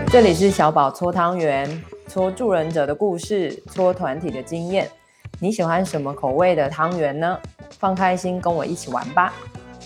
这里是小宝搓汤圆，搓助人者的故事，搓团体的经验。你喜欢什么口味的汤圆呢？放开心，跟我一起玩吧。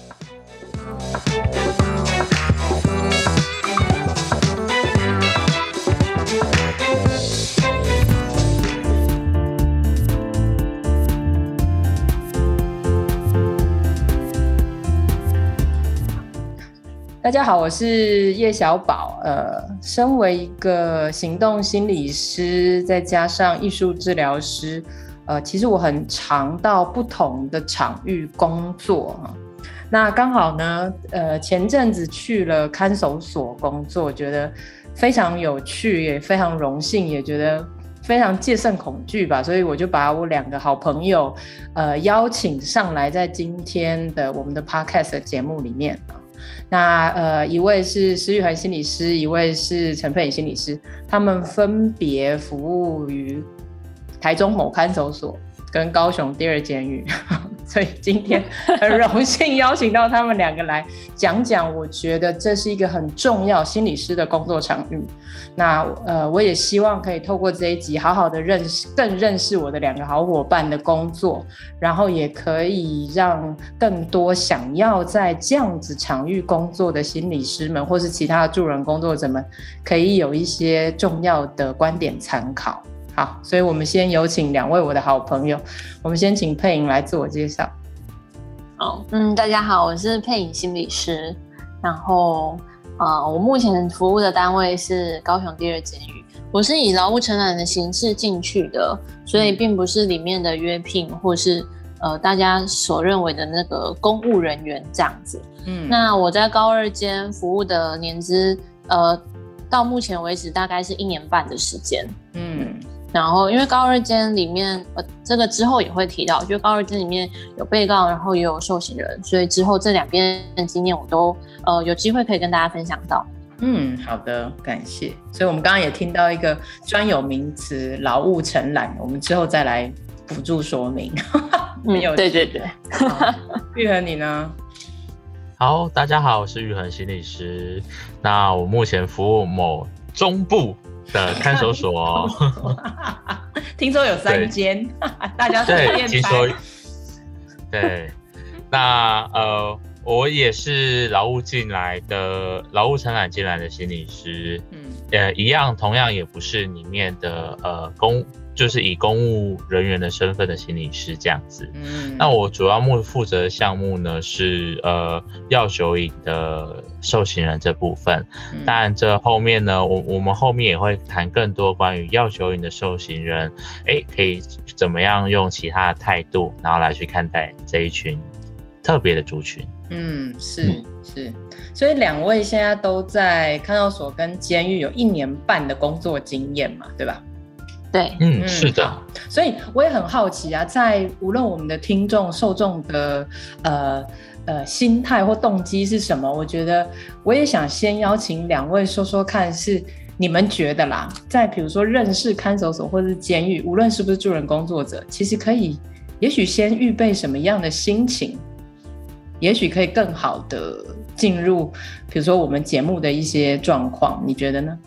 大家好，我是叶小宝。身为一个行动心理师，再加上艺术治疗师，其实我很常到不同的场域工作。那刚好呢，前阵子去了看守所工作，觉得非常有趣，也非常荣幸，也觉得非常戒慎恐惧吧，所以我就把我2个好朋友邀请上来，在今天的我们的 podcast 的节目里面。那一位是施玉涵心理师，一位是陈佩颖心理师，他们分别服务于台中某看守所跟高雄第2监狱，所以今天很荣幸邀请到他们2个来讲讲，我觉得这是一个很重要心理师的工作场域。那我也希望可以透过这一集好好的更认识我的2个好伙伴的工作，然后也可以让更多想要在这样子场域工作的心理师们或是其他的助人工作者们可以有一些重要的观点参考。好，所以我们先有请2位我的好朋友，我们先请佩颖来自我介绍。 大家好，我是佩颖心理师，然后我目前服务的单位是高雄第2监狱，我是以劳务承揽的形式进去的，所以并不是里面的约聘或是大家所认为的那个公务人员这样子。那我在高2监服务的年资到目前为止大概是1年半的时间。然后因为高2监里面这个之后也会提到，就高2监里面有被告，然后也有受刑人，所以之后这2边的经验我都有机会可以跟大家分享到。 好的，感谢。所以我们刚刚也听到一个专有名词劳务承揽，我们之后再来辅助说明。 对对对。 玉衡你呢？ 好，大家好，我是玉衡心理师。那我目前服务某中部的看守所。 听说有3间，大家随便猜。 对，那我也是劳务承揽进来的心理师。同样也不是里面的就是以公务人员的身份的心理师这样子。那我主要负责的项目呢是药酒瘾的受刑人这部分。当然这后面呢，我们后面也会谈更多关于药酒瘾的受刑人，可以怎么样用其他的态度，然后来去看待这一群特别的族群。 是。所以2位现在都在看守所跟监狱有1年半的工作经验嘛，对吧？ 对， 是的。 所以我也很好奇啊，在无论我们的听众受众的心态或动机是什么，我觉得我也想先邀请2位说说看，是你们觉得啦，在比如说认识看守所或是监狱，无论是不是助人工作者，其实可以也许先预备什么样的心情，也许可以更好的进入比如说我们节目的一些状况，你觉得呢？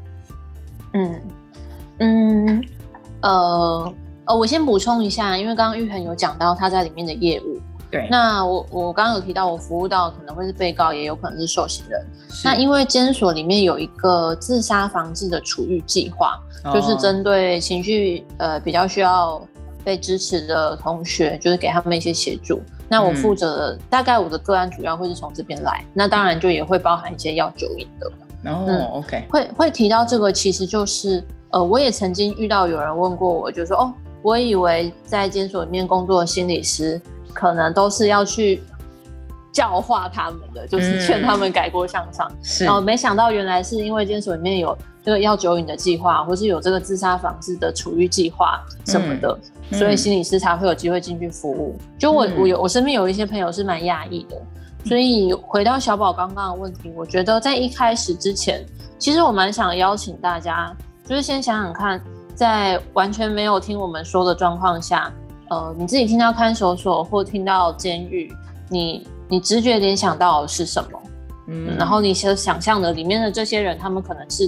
我先补充一下，因为刚刚玉衡有讲到他在里面的业务。 对， 那我刚刚有提到我服务到可能会是被告，也有可能是受刑人。那因为监所里面有一个自杀防治的处遇计划，就是针对情绪比较需要被支持的同学，就是给他们一些协助。那我负责的大概我的个案主要会是从这边来，那当然就也会包含一些药酒瘾的。 OK， 会提到这个，其实就是我也曾经遇到有人问过我，就说我以为在监所里面工作的心理师可能都是要去教化他们的，就是劝他们改过向善。然后没想到原来是因为监所里面有这个药酒瘾的计划，或是有这个自杀防治的处遇计划什么的，所以心理师才会有机会进去服务。就我身边有一些朋友是蛮讶异的。所以回到小宝刚刚的问题，我觉得在一开始之前，其实我蛮想邀请大家，就是先想想看，在完全没有听我们说的状况下，你自己听到看守所或听到监狱，你直觉联想到的是什么？然后你想象的里面的这些人，他们可能是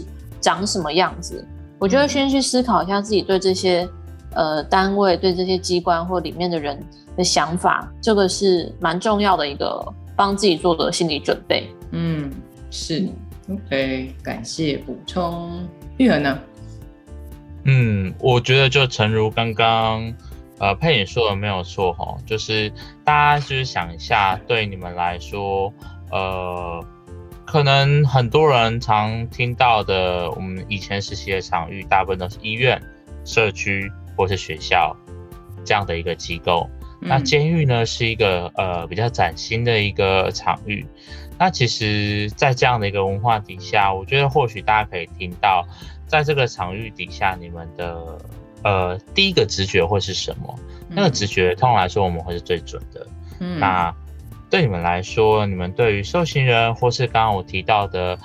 长什么样子。我觉得先去思考一下自己对这些单位、对这些机关或里面的人的想法，这个是蛮重要的一个帮自己做的心理准备。 是 OK， 感谢补充。玉和呢？ 我觉得就诚如刚刚佩颖说的没有错齁，就是大家就是想一下，对你们来说，可能很多人常听到的，我们以前实习的场域，大部分都是医院、社区或是学校这样的一个机构。那监狱呢，是一个比较崭新的一个场域。那其实，在这样的一个文化底下，我觉得或许大家可以听到，在这个场域底下，你们的第一个直觉会是什么？那个直觉通常来说，我们会是最准的。那对你们来说，你们对于受刑人，或是刚刚我提到的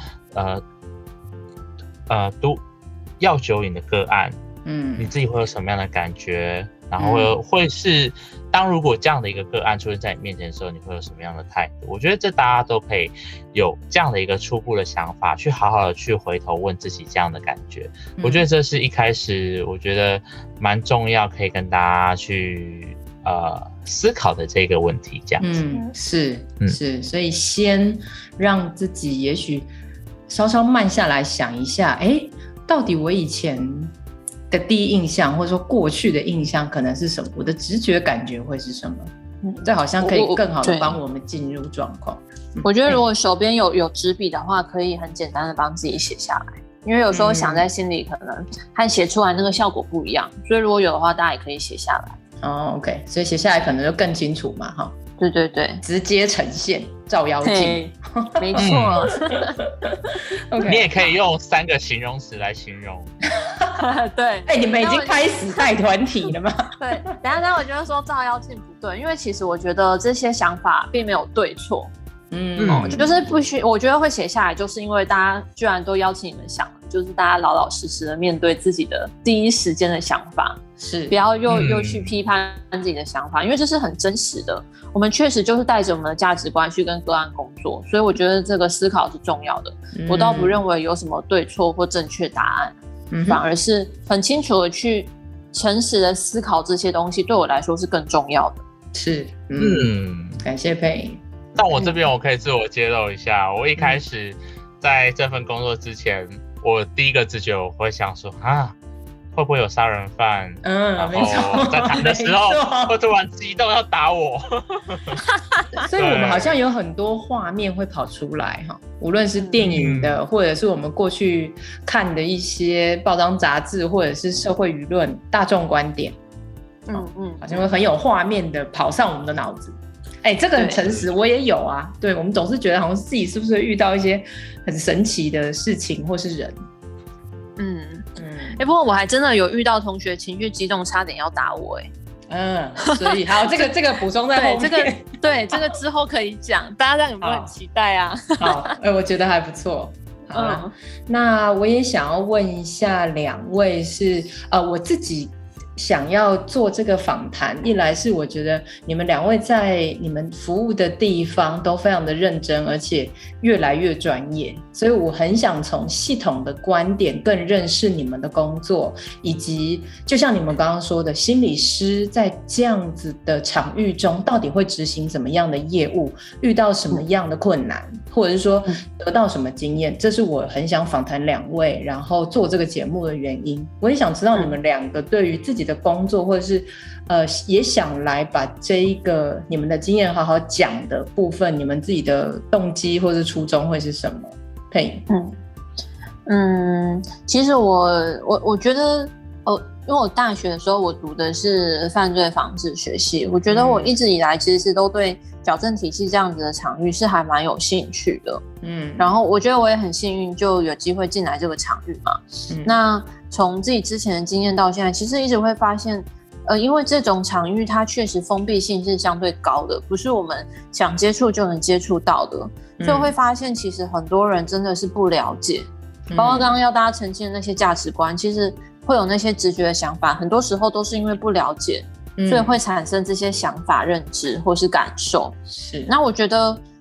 药酒瘾的个案，你自己会有什么样的感觉？然后会是当如果这样的一个个案出现在你面前的时候，你会有什么样的态度？我觉得这大家都可以有这样的一个初步的想法，去好好的去回头问自己这样的感觉。我觉得这是一开始我觉得蛮重要，可以跟大家去思考的这个问题，这样子。是，所以先让自己也许稍稍慢下来想一下，到底我以前的第一印象，或者说过去的印象可能是什么？我的直觉感觉会是什么？这好像可以更好的帮我们进入状况。 我觉得如果手边有纸笔的话，可以很简单的帮自己写下来，因为有时候想在心里可能和写出来那个效果不一样，所以如果有的话，大家也可以写下来。 OK， 所以写下来可能就更清楚嘛，哈。 对， 直接呈现，照妖镜， 没错。 你也可以用3个形容词来形容。 对， 你们已经开始带团体了吗？ 对，等一下我觉得说照妖镜不对，因为其实我觉得这些想法并没有对错。就是不需，我觉得会写下来，就是因为大家居然都邀请你们想了，就是大家老老实实的面对自己的第一时间的想法，不要又去批判自己的想法，因为这是很真实的。我们确实就是带着我们的价值观去跟个案工作，所以我觉得这个思考是重要的。我倒不认为有什么对错或正确答案，反而是很清楚的去诚实的思考这些东西，对我来说是更重要的。 感谢佩颖。 但我这边我可以自我揭露一下，我一开始在这份工作之前，我第一个直觉我会想说会不会有杀人犯？然后在谈的时候会突然激动要打我。 所以我们好像有很多画面会跑出来哈，无论是电影的，或者是我们过去看的一些报章杂志，或者是社会舆论、大众观点，好像会很有画面的跑上我们的脑子。这个很诚实，我也有啊。对，我们总是觉得好像自己是不是会遇到一些很神奇的事情或是人。 不过我还真的有遇到同学情绪激动，差点要打我。 所以好，这个补充在后面。 这个之后可以讲，大家这样有没有很期待啊？ 好，我觉得还不错。好啦，那我也想要问一下2位是我自己想要做这个访谈，一来是我觉得你们2位在你们服务的地方都非常的认真，而且越来越专业，所以我很想从系统的观点更认识你们的工作，以及就像你们刚刚说的，心理师在这样子的场域中到底会执行怎么样的业务，遇到什么样的困难，或者是说得到什么经验，这是我很想访谈2位然后做这个节目的原因。我也想知道你们2个对于自己的工作，或者是也想来把这一个你们的经验好好讲的部分，你们自己的动机或是初衷会是什么？佩颖。 其实我觉得因为我大学的时候我读的是犯罪防治学系，我觉得我一直以来其实是都对矫正体系这样子的场域是还蛮有兴趣的。然后我觉得我也很幸运就有机会进来这个场域嘛。那从自己之前的经验到现在，其实一直会发现因为这种场域它确实封闭性是相对高的，不是我们想接触就能接触到的，所以会发现其实很多人真的是不了解，包括刚刚要大家呈现的那些价值观，其实会有那些直觉的想法，很多时候都是因为不了解，所以会产生这些想法、认知或是感受。那我觉得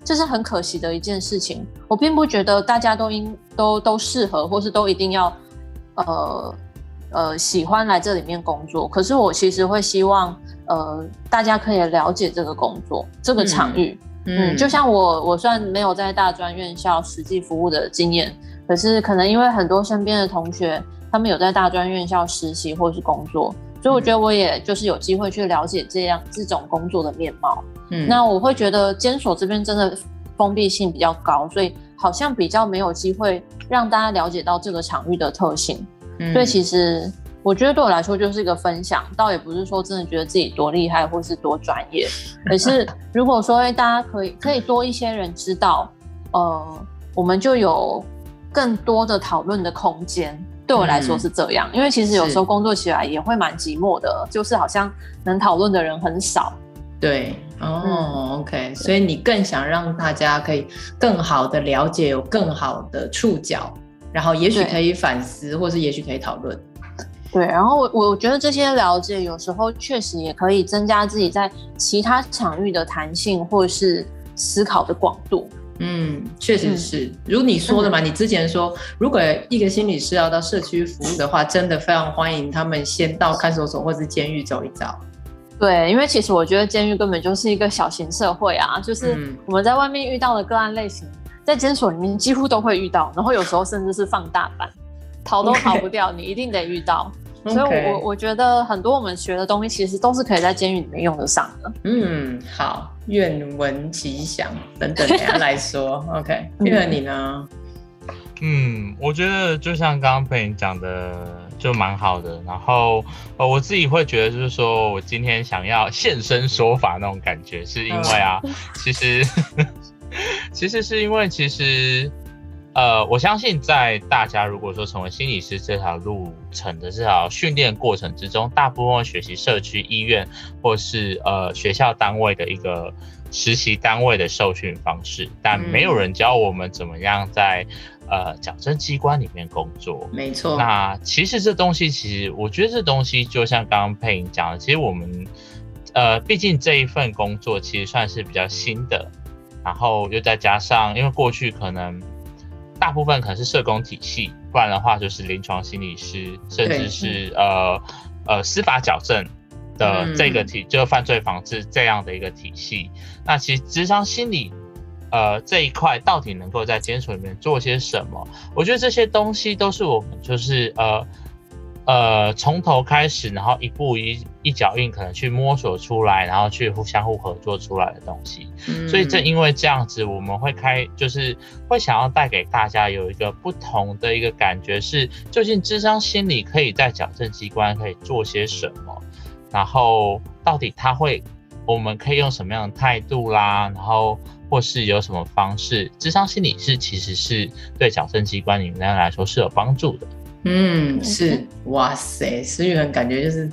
这是很可惜的一件事情。我并不觉得大家都适合，或是都一定要喜欢来这里面工作。可是我其实会希望大家可以了解这个工作这个场域。就像我虽然没有在大专院校实际服务的经验，可是可能因为很多身边的同学他们有在大专院校实习或是工作，所以我觉得我也就是有机会去了解这种工作的面貌。那我会觉得监所这边真的封闭性比较高，所以好像比较没有机会让大家了解到这个场域的特性。所以其实我觉得对我来说就是一个分享，倒也不是说真的觉得自己多厉害或是多专业，可是如果说大家可以多一些人知道，我们就有更多的讨论的空间。对我来说是这样，因为其实有时候工作起来也会蛮寂寞的，就是好像能讨论的人很少。 对，OK， 所以你更想让大家可以更好的了解，有更好的触角，然后也许可以反思，或是也许可以讨论。 对，然后我觉得这些了解有时候确实也可以增加自己在其他场域的弹性，或是思考的广度。 确实是，如你说的嘛，你之前说，如果一个心理师要到社区服务的话，真的非常欢迎他们先到看守所或是监狱走一遭。 对，因为其实我觉得监狱根本就是一个小型社会啊，就是我们在外面遇到的个案类型，在监所里面几乎都会遇到，然后有时候甚至是放大版，逃都逃不掉，你一定得遇到。所以我觉得很多我们学的东西其实都是可以在监狱里面用得上的。 好，愿闻其详等等等一下来说。OK， 玉和你呢？ 我觉得就像刚刚佩莹讲的就蛮好的，然后我自己会觉得就是说我今天想要现身说法那种感觉，是因为其实是因为我相信在大家如果说成为心理师这条路程的这条训练过程之中，大部分会学习社区医院或是学校单位的一个实习单位的受训方式，但没有人教我们怎么样在矫正机关里面工作。 没错。那其实这东西，我觉得这东西就像刚刚佩莹讲的，其实我们毕竟这一份工作其实算是比较新的，然后又再加上因为过去可能大部分可能是社工体系，不然的话就是临床心理师，甚至是司法矫正的这个就是犯罪防治这样的一个体系。那其实諮商心理这一块到底能够在监所里面做些什么？我觉得这些东西都是我们就是从头开始，然后一步一脚印可能去摸索出来，然后去相互合作出来的东西。所以正因为这样子，我们会就是会想要带给大家有一个不同的一个感觉，是究竟諮商心理可以在矫正机关可以做些什么，然后到底我们可以用什么样的态度啦，然后或是有什么方式，諮商心理其实是对矫正机关里面来说是有帮助的。 是，哇塞，思玉很感觉就是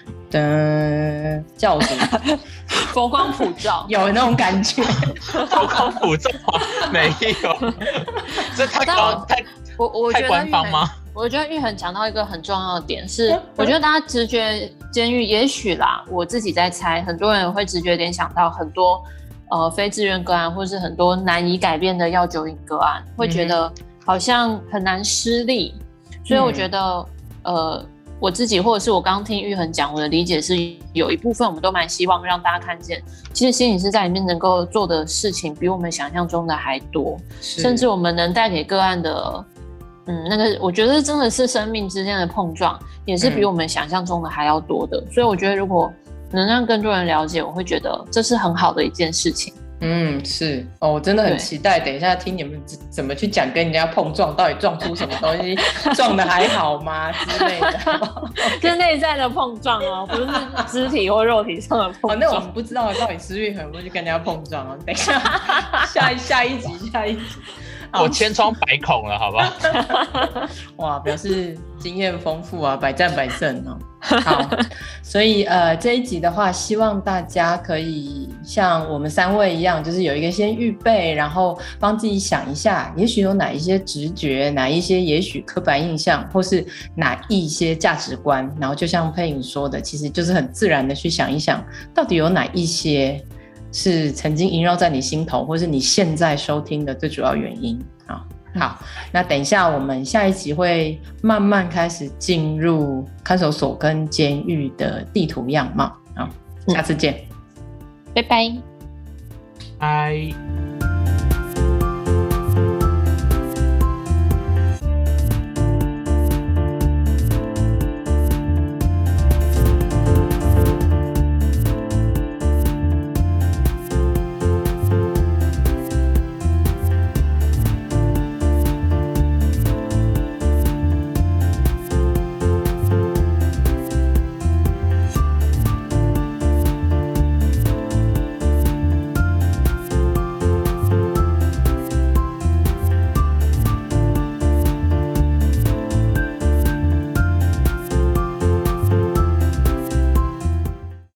教主佛光普照， 有那种感觉。 佛光普照没有，这太官方吗？ 我觉得玉衡讲到一个很重要的点是，我觉得大家直觉监狱也许啦，我自己在猜，很多人会直觉联想到很多非自愿个案，或是很多难以改变的药酒瘾个案，会觉得好像很难施力。所以我觉得我自己或者是我刚刚听玉衡讲，我的理解是有一部分我们都蛮希望让大家看见，其实心理师在里面能够做的事情比我们想象中的还多，甚至我们能带给个案的那个我觉得真的是生命之间的碰撞，也是比我们想象中的还要多的。所以我觉得如果能让更多人了解，我会觉得这是很好的一件事情。 是我真的很期待等一下听你们怎么去讲跟人家碰撞，到底撞出什么东西，撞的还好吗之类的。 是内在的碰撞哦，不是肢体或肉体上的碰撞。 那我们不知道到底思玉很会去跟人家碰撞哦。等一下下一集我千疮百孔了，好不好？ 哇，表示经验丰富啊，百战百胜哦。好，所以这一集的话，希望大家可以像我们3位一样，就是有一个先预备，然后帮自己想一下，也许有哪一些直觉，哪一些也许刻板印象，或是哪一些价值观，然后就像佩颖说的，其实就是很自然的去想一想，到底有哪一些是曾经萦绕在你心头，或是你现在收听的最主要原因。好，那等一下我们下一集会慢慢开始进入看守所跟监狱的地图样貌。好，下次见， 拜拜。 拜。